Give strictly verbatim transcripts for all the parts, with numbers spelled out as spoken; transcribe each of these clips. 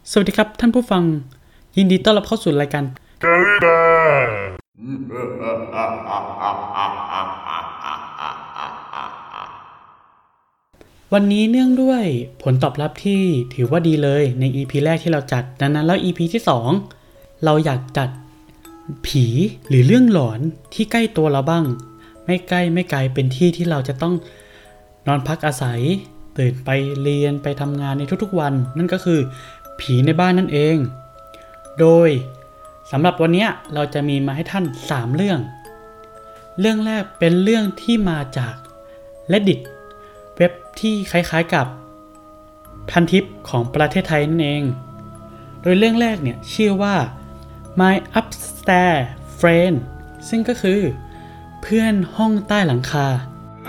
สวัสดีครับท่านผู้ฟังยินดีต้อนรับเข้าสู่รายการกาลิดาวันนี้เนื่องด้วยผลตอบรับที่ถือว่าดีเลยใน อี พี แรกที่เราจัดดังนั้นแล้ว อี พี ที่สองเราอยากจัดผีหรือเรื่องหลอนที่ใกล้ตัวเราบ้างไม่ใกล้ไม่ไกลเป็นที่ที่เราจะต้องนอนพักอาศัยตื่นไปเรียนไปทำงานในทุกๆวันนั่นก็คือผีในบ้านนั่นเองโดยสำหรับวันนี้เราจะมีมาให้ท่านสามเรื่องเรื่องแรกเป็นเรื่องที่มาจาก Reddit เว็บที่คล้ายๆกับพันทิปของประเทศไทยนั่นเองโดยเรื่องแรกเนี่ยชื่อว่า My Upstairs Friend ซึ่งก็คือเพื่อนห้องใต้หลังคา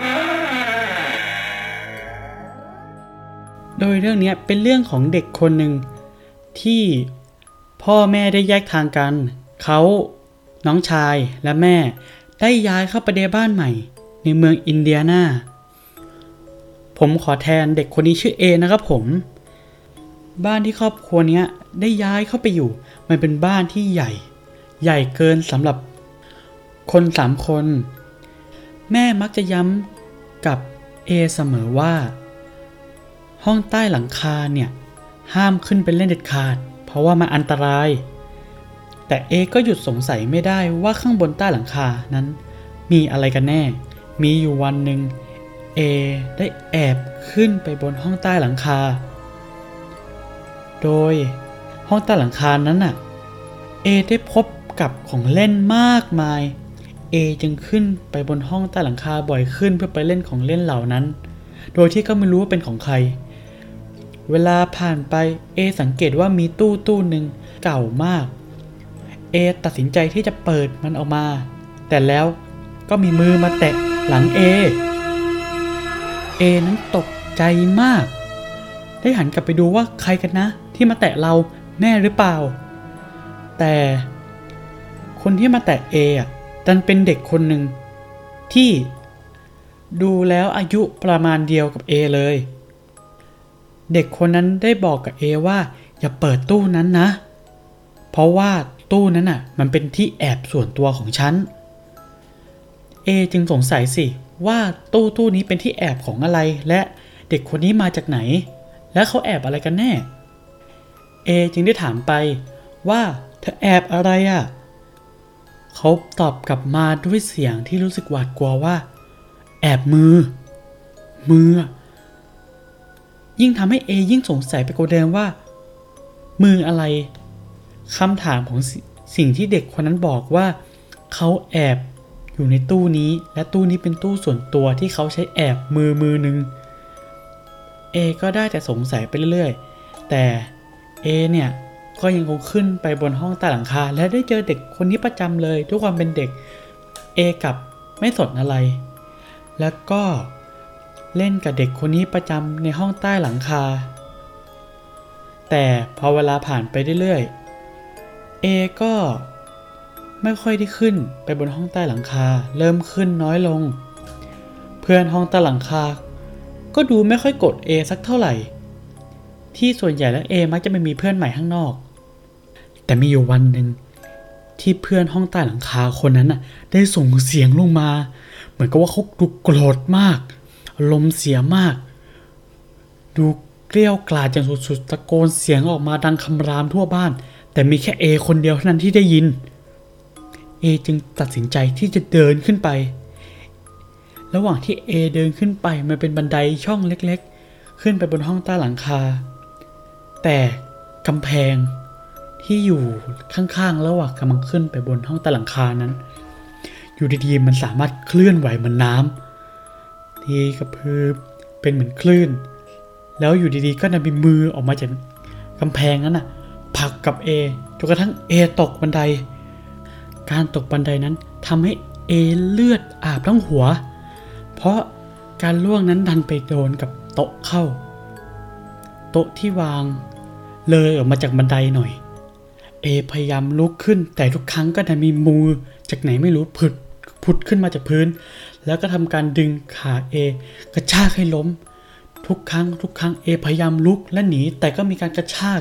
โดยเรื่องนี้เป็นเรื่องของเด็กคนหนึ่งที่พ่อแม่ได้แยกทางกันเขาน้องชายและแม่ได้ย้ายเข้าไปในบ้านใหม่ในเมืองอินเดียนาผมขอแทนเด็กคนนี้ชื่อเอนะครับผมบ้านที่ครอบครัวนี้ได้ย้ายเข้าไปอยู่มันเป็นบ้านที่ใหญ่ใหญ่เกินสำหรับคนสามคนแม่มักจะย้ำกับเอเสมอว่าห้องใต้หลังคาเนี่ยห้ามขึ้นไปเล่นเด็ดขาดเพราะว่ามันอันตรายแต่เอก็หยุดสงสัยไม่ได้ว่าข้างบนใต้หลังคานั้นมีอะไรกันแน่มีอยู่วันหนึ่งเอได้แอบขึ้นไปบนห้องใต้หลังคาโดยห้องใต้หลังคานั้นน่ะเอได้พบกับของเล่นมากมายเอจึงขึ้นไปบนห้องใต้หลังคาบ่อยขึ้นเพื่อไปเล่นของเล่นเหล่านั้นโดยที่ก็ไม่รู้ว่าเป็นของใครเวลาผ่านไปเอสังเกตว่ามีตู้ตู้หนึ่งเก่ามากเอตัดสินใจที่จะเปิดมันออกมาแต่แล้วก็มีมือมาแตะหลังเอเอนั้นตกใจมากได้หันกลับไปดูว่าใครกันนะที่มาแตะเราแม่หรือเปล่าแต่คนที่มาแตะเออ่ะดันเป็นเด็กคนหนึ่งที่ดูแล้วอายุประมาณเดียวกับเอเลยเด็กคนนั้นได้บอกกับเอว่าอย่าเปิดตู้นั้นนะเพราะว่าตู้นั้นน่ะมันเป็นที่แอบส่วนตัวของฉันเอจึงสงสัยสิว่าตู้ตู้นี้เป็นที่แอบของอะไรและเด็กคนนี้มาจากไหนและเขาแอบอะไรกันแน่เอจึงได้ถามไปว่าเธอแอบอะไรอ่ะเขาตอบกลับมาด้วยเสียงที่รู้สึกหวาดกลัวว่าแอบมือมือยิ่งทำให้เอยิ่งสงสัยไปกว่าเดิมว่ามืออะไรคำถามของสิ่งที่เด็กคนนั้นบอกว่าเขาแอบอยู่ในตู้นี้และตู้นี้เป็นตู้ส่วนตัวที่เขาใช้แอบมือมือหนึ่งเอก็ได้แต่สงสัยไปเรื่อยๆแต่เอเนี่ยก็ยังคงขึ้นไปบนห้องใต้หลังคาและได้เจอเด็กคนนี้ประจำเลยด้วยความเป็นเด็กเอกับไม่สนอะไรแล้วก็เล่นกับเด็กคนนี้ประจำในห้องใต้หลังคาแต่พอเวลาผ่านไปเรื่อยๆเอก็ไม่ค่อยได้ขึ้นไปบนห้องใต้หลังคาเริ่มขึ้นน้อยลงเพื่อนห้องใต้หลังคาก็ดูไม่ค่อยกดเอสักเท่าไหร่ที่ส่วนใหญ่แล้วเอมักจะไม่มีเพื่อนใหม่ข้างนอกแต่มีอยู่วันหนึ่งที่เพื่อนห้องใต้หลังคาคนนั้นน่ะได้ส่งเสียงลงมาเหมือนกับว่าเขาดูโกรธมากอารมณ์เสียมากดูเกลี้ยวกล่อมอย่างสุดๆตะโกนเสียงออกมาดังคำรามทั่วบ้านแต่มีแค่เอคนเดียวเท่านั้นที่ได้ยินเอจึงตัดสินใจที่จะเดินขึ้นไประหว่างที่เอเดินขึ้นไปมันเป็นบันไดช่องเล็กๆขึ้นไปบนห้องใต้หลังคาแต่กำแพงที่อยู่ข้างๆระหว่างกำลังขึ้นไปบนห้องใต้หลังคานั้นอยู่ดีๆมันสามารถเคลื่อนไหวเหมือนน้ำที่กระเพื่อมเป็นเหมือนคลื่นแล้วอยู่ดีๆก็นำมีมือออกมาจากกำแพงนั้นน่ะผลักกับเอจนกระทั่งเอตกบันไดการตกบันไดนั้นทำให้เอเลือดอาบทั้งหัวเพราะการล่วงนั้นดันไปโดนกับโต๊ะเข้าโต๊ะที่วางเลยออกมาจากบันไดหน่อยเอพยายามลุกขึ้นแต่ทุกครั้งก็จะมีมือจากไหนไม่รู้ผุดผุดขึ้นมาจากพื้นแล้วก็ทำการดึงขาเอกระชากให้ล้มทุกครั้งทุกครั้งเอพยายามลุกและหนีแต่ก็มีการกระชาก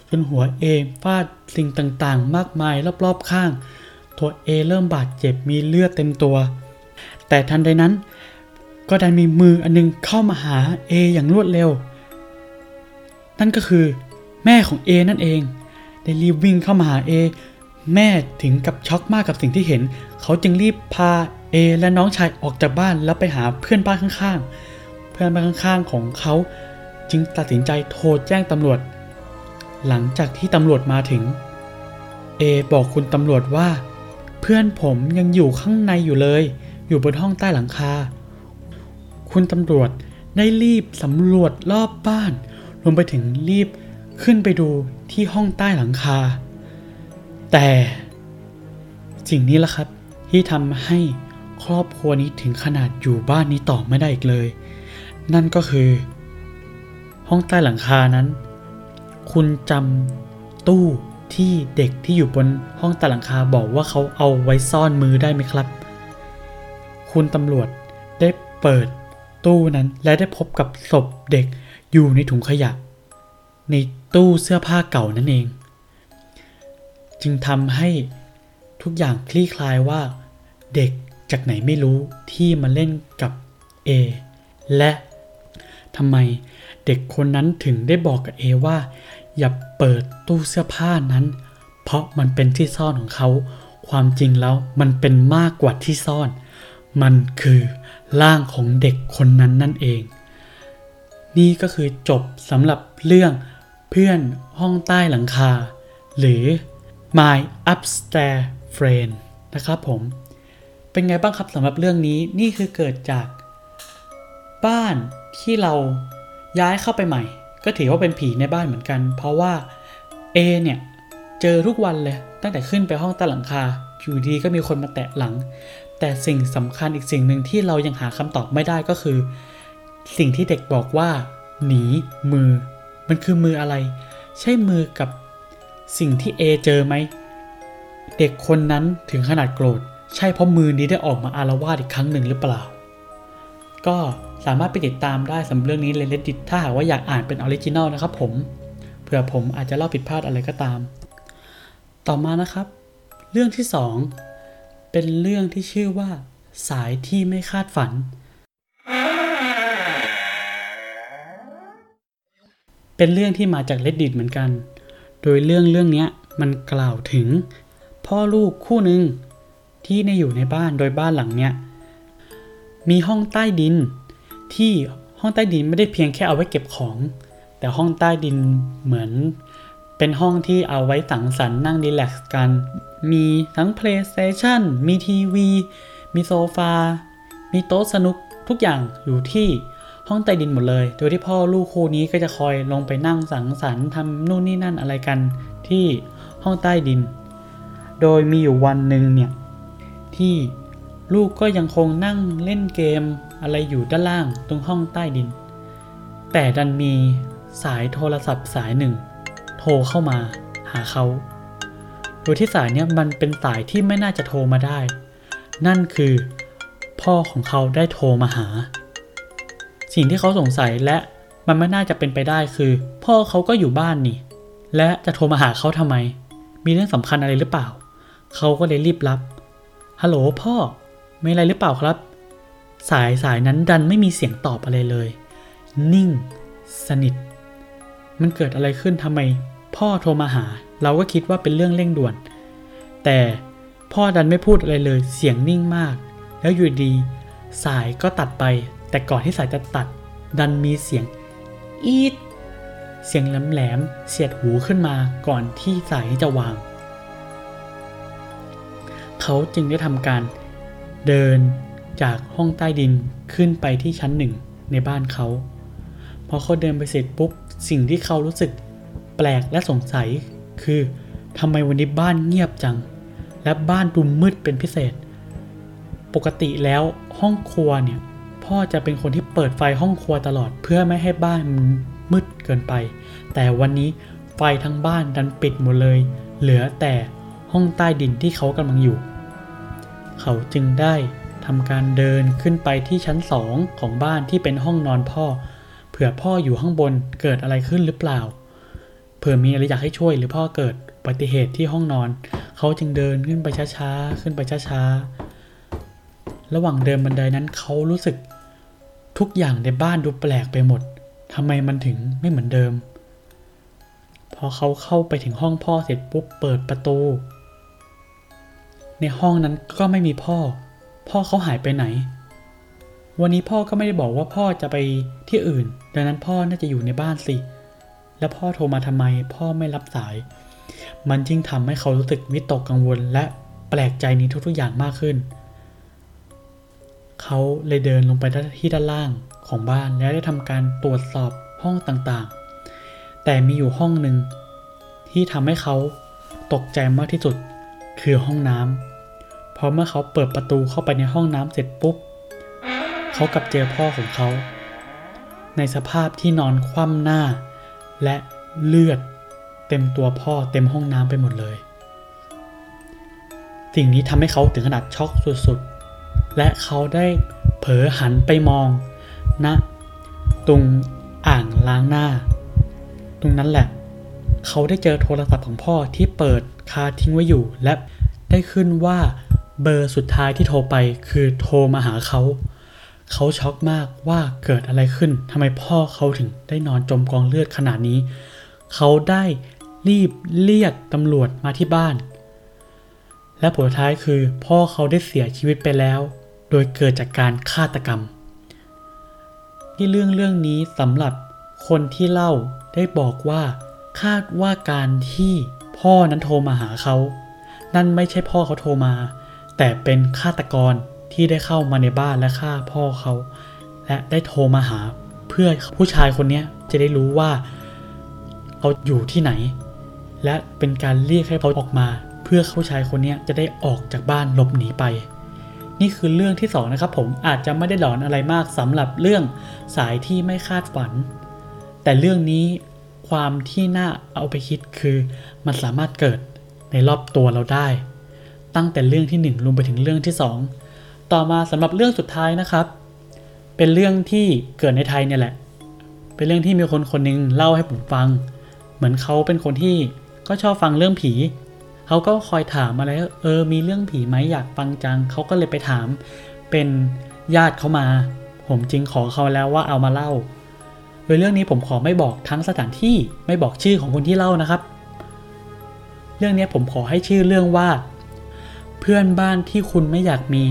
จนหัวเอฟาดสิ่งต่างๆมากมายรอบๆข้างตัวเอเริ่มบาดเจ็บมีเลือดเต็มตัวแต่ทันใดนั้นก็ดันมีมืออันนึงเข้ามาหาเออย่างรวดเร็วนั่นก็คือแม่ของเอนั่นเองได้รีบวิ่งเข้ามาหาเอแม่ถึงกับช็อกมากกับสิ่งที่เห็นเขาจึงรีบพาเอและน้องชายออกจากบ้านแล้วไปหาเพื่อนบ้านข้างๆเพื่อนบ้านข้างๆของเขาจึงตัดสินใจโทรแจ้งตำรวจหลังจากที่ตำรวจมาถึงเอบอกคุณตำรวจว่าเพื่อนผมยังอยู่ข้างในอยู่เลยอยู่บนห้องใต้หลังคาคุณตำรวจได้รีบสำรวจรอบบ้านรวมไปถึงรีบขึ้นไปดูที่ห้องใต้หลังคาแต่สิ่งนี้แหละครับที่ทำให้ครอบครัวนี้ถึงขนาดอยู่บ้านนี้ต่อไม่ได้อีกเลยนั่นก็คือห้องใต้หลังคานั้นคุณจำตู้ที่เด็กที่อยู่บนห้องใต้หลังคาบอกว่าเขาเอาไว้ซ่อนมือได้ไหมครับคุณตำรวจได้เปิดตู้นั้นและได้พบกับศพเด็กอยู่ในถุงขยะในตู้เสื้อผ้าเก่านั่นเองจึงทำให้ทุกอย่างคลี่คลายว่าเด็กจากไหนไม่รู้ที่มาเล่นกับเอและทำไมเด็กคนนั้นถึงได้บอกกับเอว่าอย่าเปิดตู้เสื้อผ้านั้นเพราะมันเป็นที่ซ่อนของเขาความจริงแล้วมันเป็นมากกว่าที่ซ่อนมันคือร่างของเด็กคนนั้นนั่นเองนี่ก็คือจบสำหรับเรื่องเพื่อนห้องใต้หลังคาหรือ My Upstairs Friend นะครับผมเป็นไงบ้างครับสำหรับเรื่องนี้นี่คือเกิดจากบ้านที่เราย้ายเข้าไปใหม่ก็ถือว่าเป็นผีในบ้านเหมือนกันเพราะว่าเอเนี่ยเจอทุกวันเลยตั้งแต่ขึ้นไปห้องใต้หลังคาอยู่ดีก็มีคนมาแตะหลังแต่สิ่งสำคัญอีกสิ่งหนึ่งที่เรายังหาคำตอบไม่ได้ก็คือสิ่งที่เด็กบอกว่าหนีมือมันคือมืออะไรใช่มือกับสิ่งที่เอเจอไหมเด็กคนนั้นถึงขนาดโกรธใช่เพราะมือนี้ได้ออกมาอาละวาดอีกครั้งหนึ่งหรือเปล่าก็สามารถไปติดตามได้สำหรับเรื่องนี้ใน Reddit ถ้าหากว่าอยากอ่านเป็นออริจินัลนะครับผมเผื่อผมอาจจะเล่าผิดพลาดอะไรก็ตามต่อมานะครับเรื่องที่สองเป็นเรื่องที่ชื่อว่าสายที่ไม่คาดฝันเป็นเรื่องที่มาจาก Reddit เหมือนกันโดยเรื่องเรื่องนี้มันกล่าวถึงพ่อลูกคู่หนึ่งที่ได้อยู่ในบ้านโดยบ้านหลังเนี้ยมีห้องใต้ดินที่ห้องใต้ดินไม่ได้เพียงแค่เอาไว้เก็บของแต่ห้องใต้ดินเหมือนเป็นห้องที่เอาไว้สังสรรค์นั่งรีแลกซ์กันมีทั้ง PlayStation มีทีวีมีโซฟามีโต๊ะสนุกทุกอย่างอยู่ที่ห้องใต้ดินหมดเลยโดยที่พ่อลูกคู่นี้ก็จะคอยลงไปนั่งสังสรรค์ทำนู่นนี่นั่นอะไรกันที่ห้องใต้ดินโดยมีอยู่วันหนึ่งเนี่ยที่ลูกก็ยังคงนั่งเล่นเกมอะไรอยู่ด้านล่างตรงห้องใต้ดินแต่ดันมีสายโทรศัพท์สายหนึ่งโทรเข้ามาหาเขาโดยที่สายเนี้ยมันเป็นสายที่ไม่น่าจะโทรมาได้นั่นคือพ่อของเขาได้โทรมาหาสิ่งที่เขาสงสัยและมันไม่น่าจะเป็นไปได้คือพ่อเขาก็อยู่บ้านนี่และจะโทรมาหาเขาทำไมมีเรื่องสำคัญอะไรหรือเปล่าเขาก็เลยรีบรับฮัลโหลพ่อมีอะไรหรือเปล่าครับสายสายนั้นดันไม่มีเสียงตอบอะไรเลยนิ่งสนิทมันเกิดอะไรขึ้นทำไมพ่อโทรมาหาเราก็คิดว่าเป็นเรื่องเร่งด่วนแต่พ่อดันไม่พูดอะไรเลยเสียงนิ่งมากแล้วอยู่ดีสายก็ตัดไปแต่ก่อนที่สายจะตัดดันมีเสียงอีดเสียงแหลมๆเสียดหูขึ้นมาก่อนที่สายจะวางเขาจึงได้ทำการเดินจากห้องใต้ดินขึ้นไปที่ชั้นหนึ่งในบ้านเขาพอเขาเดินไปเสร็จปุ๊บสิ่งที่เขารู้สึกแปลกและสงสัยคือทำไมวันนี้บ้านเงียบจังและบ้านดูมืดเป็นพิเศษปกติแล้วห้องครัวเนี่ยพ่อจะเป็นคนที่เปิดไฟห้องครัวตลอดเพื่อไม่ให้บ้านมันมืดเกินไปแต่วันนี้ไฟทั้งบ้านดันปิดหมดเลยเหลือแต่ห้องใต้ดินที่เขากำลังอยู่เขาจึงได้ทำการเดินขึ้นไปที่ชั้นสองของบ้านที่เป็นห้องนอนพ่อเผื่อพ่ออยู่ข้างบนเกิดอะไรขึ้นหรือเปล่าเผื่อมีอะไรอยากให้ช่วยหรือพ่อเกิดอุบัติเหตุที่ห้องนอนเขาจึงเดินขึ้นไปช้าๆขึ้นไปช้าๆระหว่างเดินบันไดนั้นเขารู้สึกทุกอย่างในบ้านดูแปลกไปหมดทำไมมันถึงไม่เหมือนเดิมพอเขาเข้าไปถึงห้องพ่อเสร็จปุ๊บเปิดประตูในห้องนั้นก็ไม่มีพ่อพ่อเขาหายไปไหนวันนี้พ่อก็ไม่ได้บอกว่าพ่อจะไปที่อื่นดังนั้นพ่อน่าจะอยู่ในบ้านสิแล้วพ่อโทรมาทำไมพ่อไม่รับสายมันยิ่งทำให้เขารู้สึกวิตกกังวลและแปลกใจในทุกๆอย่างมากขึ้นเขาเลยเดินลงไปที่ด้านล่างของบ้านแล้วได้ทำการตรวจสอบห้องต่างๆแต่มีอยู่ห้องหนึ่งที่ทำให้เขาตกใจมากที่สุดคือห้องน้ำพอเมื่อเขาเปิดประตูเข้าไปในห้องน้ำเสร็จปุ๊บเขากลับเจอพ่อของเขาในสภาพที่นอนคว่ำหน้าและเลือดเต็มตัวพ่อเต็มห้องน้ำไปหมดเลยสิ่งนี้ทำให้เขาถึงขนาดช็อกสุดๆและเขาได้เผลอหันไปมองณนะตรงอ่างล้างหน้าตรงนั้นแหละเขาได้เจอโทรศัพท์ของพ่อที่เปิดคาทิ้งไว้อยู่และได้ขึ้นว่าเบอร์สุดท้ายที่โทรไปคือโทรมาหาเขาเขาช็อกมากว่าเกิดอะไรขึ้นทำไมพ่อเขาถึงได้นอนจมกองเลือดขนาดนี้เขาได้รีบเรียกตำรวจมาที่บ้านและผลท้ายคือพ่อเขาได้เสียชีวิตไปแล้วโดยเกิดจากการฆาตกรรมที่เรื่องเรื่องนี้สำหรับคนที่เล่าได้บอกว่าคาดว่าการที่พ่อนั้นโทรมาหาเขานั่นไม่ใช่พ่อเขาโทรมาแต่เป็นฆาตกรที่ได้เข้ามาในบ้านและฆ่าพ่อเขาและได้โทรมาหาเพื่อผู้ชายคนนี้จะได้รู้ว่าเขาอยู่ที่ไหนและเป็นการเรียกให้เขาออกมาเพื่อผู้ชายคนนี้จะได้ออกจากบ้านหลบหนีไปนี่คือเรื่องที่สองนะครับผมอาจจะไม่ได้หลอนอะไรมากสำหรับเรื่องสายที่ไม่คาดฝันแต่เรื่องนี้ความที่น่าเอาไปคิดคือมันสามารถเกิดในรอบตัวเราได้ตั้งแต่เรื่องที่หนึ่งรวมไปถึงเรื่องที่สองต่อมาสำหรับเรื่องสุดท้ายนะครับเป็นเรื่องที่เกิดในไทยเนี่ยแหละเป็นเรื่องที่มีคนคนหนึ่งเล่าให้ผมฟังเหมือนเขาเป็นคนที่ก็ชอบฟังเรื่องผีเขาก็คอยถามอะไรเออมีเรื่องผีไหมอยากฟังจังเขาก็เลยไปถามเป็นญาติเขามาผมจึงขอเขาแล้วว่าเอามาเล่าโดยเรื่องนี้ผมขอไม่บอกทั้งสถานที่ไม่บอกชื่อของคนที่เล่านะครับเรื่องนี้ผมขอให้ชื่อเรื่องว่าเพื่อนบ้านที่คุณไม่อยากมี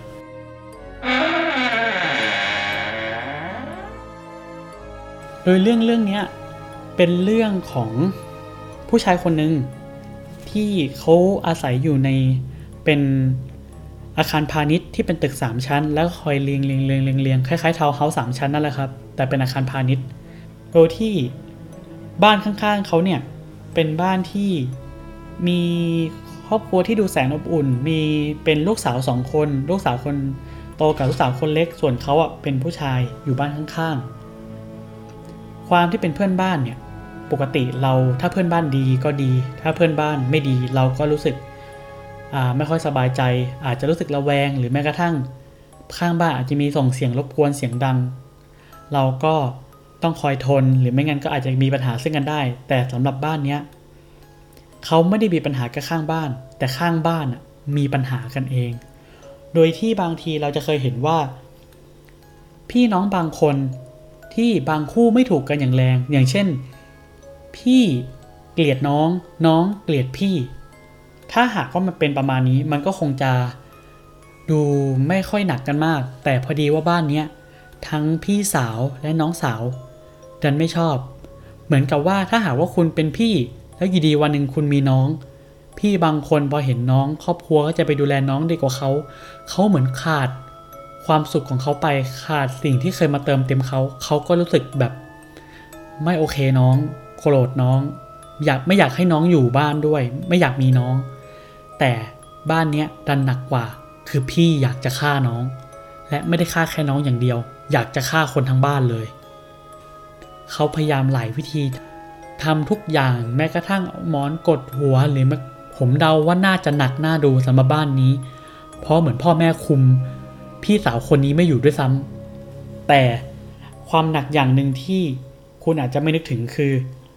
โดยเรื่องเรื่องนี้เป็นเรื่องของผู้ชายคนหนึ่งที่เขาอาศัยอยู่ในเป็นอาคารพาณิชย์ที่เป็นตึกสามชั้นแล้วคอยเรียงเรียงเรียงเรียงเรียงคล้ายๆทาวน์เฮาส์สามชั้นนั่นแหละครับแต่เป็นอาคารพาณิชย์โดยที่บ้านข้างๆเขาเนี่ยเป็นบ้านที่มีครอบครัวที่ดูแสนอบอุ่นมีเป็นลูกสาวสองคนลูกสาวคนโตกับลูกสาวคนเล็กส่วนเขาอ่ะเป็นผู้ชายอยู่บ้านข้างๆความที่เป็นเพื่อนบ้านเนี่ยปกติเราถ้าเพื่อนบ้านดีก็ดีถ้าเพื่อนบ้านไม่ดีเราก็รู้สึกอ่าไม่ค่อยสบายใจอาจจะรู้สึกระแวงหรือแม้กระทั่งข้างบ้านอาจจะมีส่งเสียงรบกวนเสียงดังเราก็ต้องคอยทนหรือไม่งั้นก็อาจจะมีปัญหาซึ่งกันได้แต่สำหรับบ้านเนี้ยเขาไม่ได้มีปัญหากับข้างบ้านแต่ข้างบ้านมีปัญหากันเองโดยที่บางทีเราจะเคยเห็นว่าพี่น้องบางคนที่บางคู่ไม่ถูกกันอย่างแรงอย่างเช่นพี่เกลียดน้องน้องเกลียดพี่ถ้าหากว่ามันเป็นประมาณนี้มันก็คงจะดูไม่ค่อยหนักกันมากแต่พอดีว่าบ้านนี้ทั้งพี่สาวและน้องสาวดันไม่ชอบเหมือนกับว่าถ้าหากว่าคุณเป็นพี่แล้วอยู่ดีวันหนึ่งคุณมีน้องพี่บางคนพอเห็นน้องครอบครัวก็จะไปดูแลน้องดีกว่าเขาเขาเหมือนขาดความสุขของเขาไปขาดสิ่งที่เคยมาเติมเต็มเขาเขาก็รู้สึกแบบไม่โอเคน้องโกรธน้องอยากไม่อยากให้น้องอยู่บ้านด้วยไม่อยากมีน้องแต่บ้านเนี้ยดันหนักกว่าคือพี่อยากจะฆ่าน้องและไม่ได้ฆ่าแค่น้องอย่างเดียวอยากจะฆ่าคนทั้งบ้านเลยเขาพยายามหลายวิธีทำทุกอย่างแม้กระทั่งหมอนกดหัวหรือผมเดาว่าน่าจะหนักน่าดูสำหรับบ้านนี้เพราะเหมือนพ่อแม่คุมพี่สาวคนนี้ไม่อยู่ด้วยซ้ำแต่ความหนักอย่างหนึ่งที่คุณอาจจะไม่นึกถึงคือ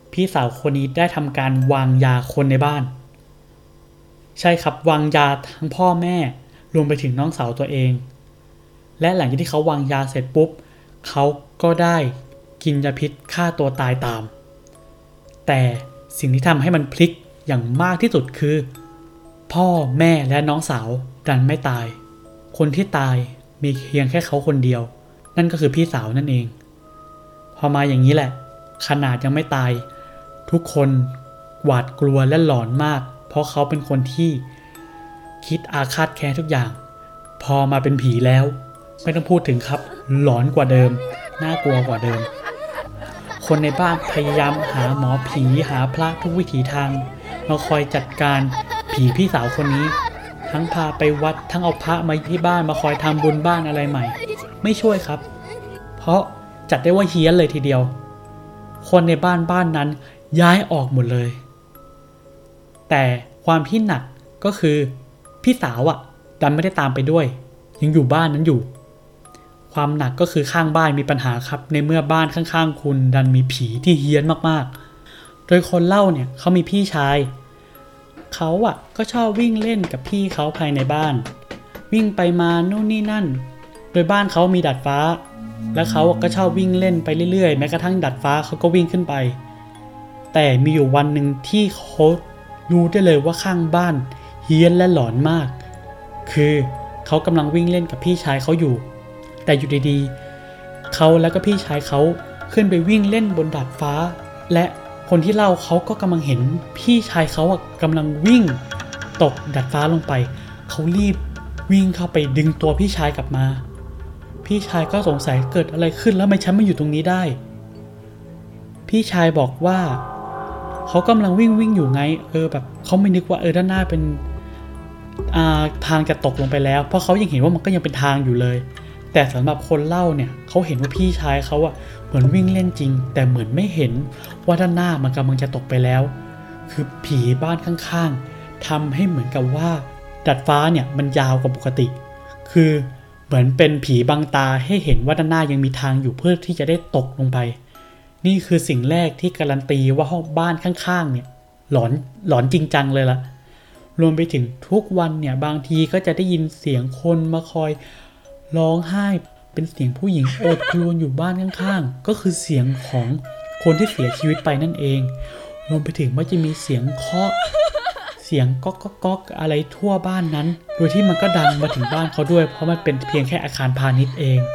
พี่สาวคนนี้ได้ทำการวางยาคนในบ้านใช่ครับวางยาทั้งพ่อแม่รวมไปถึงน้องสาวตัวเองและหลังจากที่เขาวางยาเสร็จปุ๊บเขาก็ได้กินยาพิษฆ่าตัวตายตามแต่สิ่งที่ทำให้มันพลิกอย่างมากที่สุดคือพ่อแม่และน้องสาวดันไม่ตายคนที่ตายมีเพียงแค่เขาคนเดียวนั่นก็คือพี่สาวนั่นเองพอมาอย่างนี้แหละขนาดยังไม่ตายทุกคนหวาดกลัวและหลอนมากเพราะเขาเป็นคนที่คิดอาฆาตแค้นทุกอย่างพอมาเป็นผีแล้วไม่ต้องพูดถึงครับหลอนกว่าเดิมน่ากลัวกว่าเดิมคนในบ้านพยายามหาหมอผีหาพระทุกวิถีทางมาคอยจัดการผีพี่สาวคนนี้ทั้งพาไปวัดทั้งเอาพระมาที่บ้านมาคอยทำบุญบ้านอะไรใหม่ไม่ช่วยครับเพราะจัดได้ว่าเฮี้ยนเลยทีเดียวคนในบ้านบ้านนั้นย้ายออกหมดเลยแต่ความที่หนักก็คือพี่สาวอ่ะดันไม่ได้ตามไปด้วยยังอยู่บ้านนั้นอยู่ความหนักก็คือข้างบ้านมีปัญหาครับในเมื่อบ้านข้างๆคุณดันมีผีที่เฮี้ยนมากๆโดยคนเล่าเนี่ยเขามีพี่ชายเขาอ่ะก็ชอบวิ่งเล่นกับพี่เขาภายในบ้านวิ่งไปมานู่นนี่นั่นโดยบ้านเขามีดาดฟ้าและเขาก็ชอบวิ่งเล่นไปเรื่อยๆแม้กระทั่งดาดฟ้าเขาก็วิ่งขึ้นไปแต่มีอยู่วันหนึ่งที่เขารู้ได้เลยว่าข้างบ้านเฮี้ยนและหลอนมากคือเขากำลังวิ่งเล่นกับพี่ชายเขาอยู่แต่อยู่ดีๆเขาแล้วก็พี่ชายเขาขึ้นไปวิ่งเล่นบนดาดฟ้าและคนที่เล่าเขาก็กำลังเห็นพี่ชายเขากำลังวิ่งตกดาดฟ้าลงไปเขารีบวิ่งเข้าไปดึงตัวพี่ชายกลับมาพี่ชายก็สงสัยเกิดอะไรขึ้นแล้วทำไมฉันมาอยู่ตรงนี้ได้พี่ชายบอกว่าเขากำลังวิ่งวิ่งอยู่ไงเออแบบเขาไม่นึกว่าเออด้านหน้าเป็นอ่าทางจะตกลงไปแล้วเพราะเขายังเห็นว่ามันก็ยังเป็นทางอยู่เลยแต่สำหรับคนเล่าเนี่ยเขาเห็นว่าพี่ชายเขาอะเหมือนวิ่งเล่นจริงแต่เหมือนไม่เห็นว่าด้านหน้ามันกำลังจะตกไปแล้วคือผีบ้านข้างๆทำให้เหมือนกับว่าดาดฟ้าเนี่ยมันยาวกว่าปกติคือเหมือนเป็นผีบังตาให้เห็นว่าด้านหน้ายังมีทางอยู่เพื่อที่จะได้ตกลงไปนี่คือสิ่งแรกที่การันตีว่าห้องบ้านข้างๆเนี่ยหลอนหลอนจริงจังเลยล่ะรวมไปถึงทุกวันเนี่ยบางทีก็จะได้ยินเสียงคนมาคอยร้องไห้เป็นเสียงผู้หญิงโอดครวญอยู่บ้านข้างๆก็คือเสียงของคนที่เสียชีวิตไปนั่นเองรวมไปถึงมันจะมีเสียงเคาะเสียงก๊อกก๊อกก๊อกอะไรทั่วบ้านนั้นโดยที่มันก็ดังมาถึงบ้านเขาด้วยเพราะมันเป็นเพียงแค่อาคารพาณิชย์เอง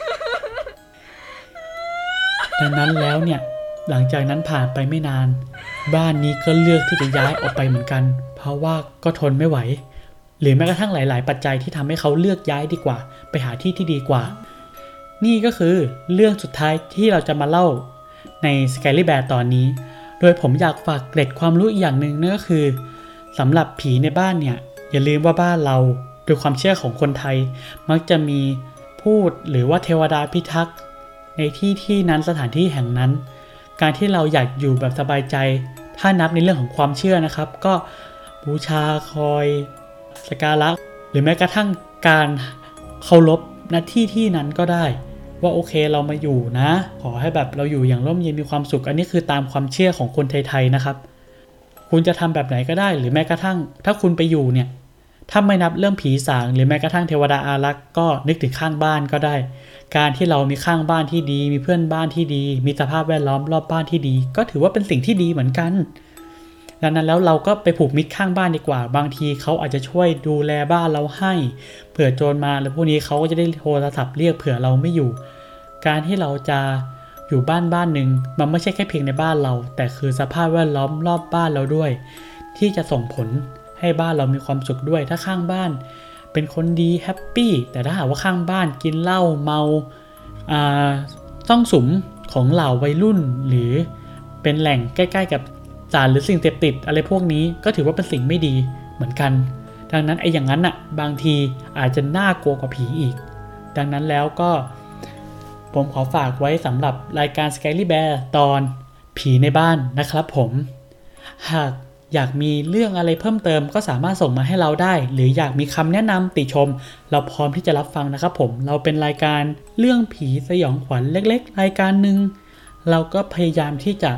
ดังนั้นแล้วเนี่ยหลังจากนั้นผ่านไปไม่นานบ้านนี้ก็เลือกที่จะย้ายออกไปเหมือนกันเพราะว่าก็ทนไม่ไหวหรือแม้กระทั่งหลายๆปัจจัยที่ทำให้เขาเลือกย้ายดีกว่าไปหาที่ที่ดีกว่านี่ก็คือเรื่องสุดท้ายที่เราจะมาเล่าใน Scary Bear ตอนนี้โดยผมอยากฝากเกร็ดความรู้อีกอย่างหนึ่งนั่นก็คือสำหรับผีในบ้านเนี่ยอย่าลืมว่าบ้านเราโดยความเชื่อของคนไทยมักจะมีพูดหรือว่าเทวดาพิทักษ์ในที่ที่นั้นสถานที่แห่งนั้นการที่เราอยากอยู่แบบสบายใจถ้านับในเรื่องของความเชื่อนะครับก็บูชาคอยสักการะหรือแม้กระทั่งการเคารพณที่ที่นั้นก็ได้ว่าโอเคเรามาอยู่นะขอให้แบบเราอยู่อย่างร่มเย็นมีความสุขอันนี้คือตามความเชื่อของคนไทยๆนะครับคุณจะทำแบบไหนก็ได้หรือแม้กระทั่งถ้าคุณไปอยู่เนี่ยถ้าไม่นับเรื่องผีสางหรือแม้กระทั่งเทวดาอารักษ์ก็นึกถึงข้างบ้านก็ได้การที่เรามีข้างบ้านที่ดีมีเพื่อนบ้านที่ดีมีสภาพแวดล้อมรอบบ้านที่ดีก็ถือว่าเป็นสิ่งที่ดีเหมือนกันดังนั้นแล้วเราก็ไปผูกมิตรข้างบ้านดีกว่าบางทีเขาอาจจะช่วยดูแลบ้านเราให้เผื่อโจรมาแล้วพวกนี้เขาก็จะได้โทรศัพท์เรียกเผื่อเราไม่อยู่การที่เราจะอยู่บ้านบ้านหนึ่งมันไม่ใช่แค่เพียงในบ้านเราแต่คือสภาพแวดล้อมรอบบ้านเราด้วยที่จะส่งผลให้บ้านเรามีความสุขด้วยถ้าข้างบ้านเป็นคนดีแฮปปี้แต่ถ้าหากว่าข้างบ้านกินเหล้าเมาอ่าซ่องสุมของเหล่าวัยรุ่นหรือเป็นแหล่งใกล้ๆกับสารหรือสิ่งเสพติดอะไรพวกนี้ก็ถือว่าเป็นสิ่งไม่ดีเหมือนกันดังนั้นไอ้อย่างนั้นอ่ะบางทีอาจจะน่ากลัวกว่าผีอีกดังนั้นแล้วก็ผมขอฝากไว้สำหรับรายการ Scary Bear ตอนผีในบ้านนะครับผมหากอยากมีเรื่องอะไรเพิ่มเติมก็สามารถส่งมาให้เราได้หรืออยากมีคำแนะนำติชมเราพร้อมที่จะรับฟังนะครับผมเราเป็นรายการเรื่องผีสยองขวัญเล็กๆรายการหนึ่งเราก็พยายามที่จะ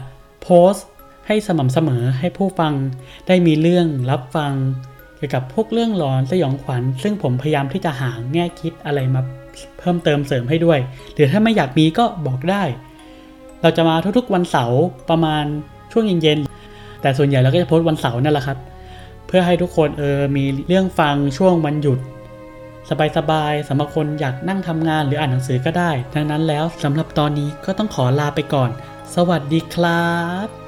โพสต์ให้สม่ำเสมอให้ผู้ฟังได้มีเรื่องรับฟังเกี่ยวกับพวกเรื่องหลอนสยองขวัญซึ่งผมพยายามที่จะหาแง่คิดอะไรมาเพิ่มเติมเสริมให้ด้วยหรือถ้าไม่อยากมีก็บอกได้เราจะมาทุกๆวันเสาร์ประมาณช่วงเย็นๆแต่ส่วนใหญ่เราก็จะโพสต์วันเสาร์นั่นแหละครับเพื่อให้ทุกคนเออมีเรื่องฟังช่วงวันหยุดสบายๆสำหรับคนอยากนั่งทำงานหรืออ่านหนังสือก็ได้ดังนั้นแล้วสำหรับตอนนี้ก็ต้องขอลาไปก่อนสวัสดีครับ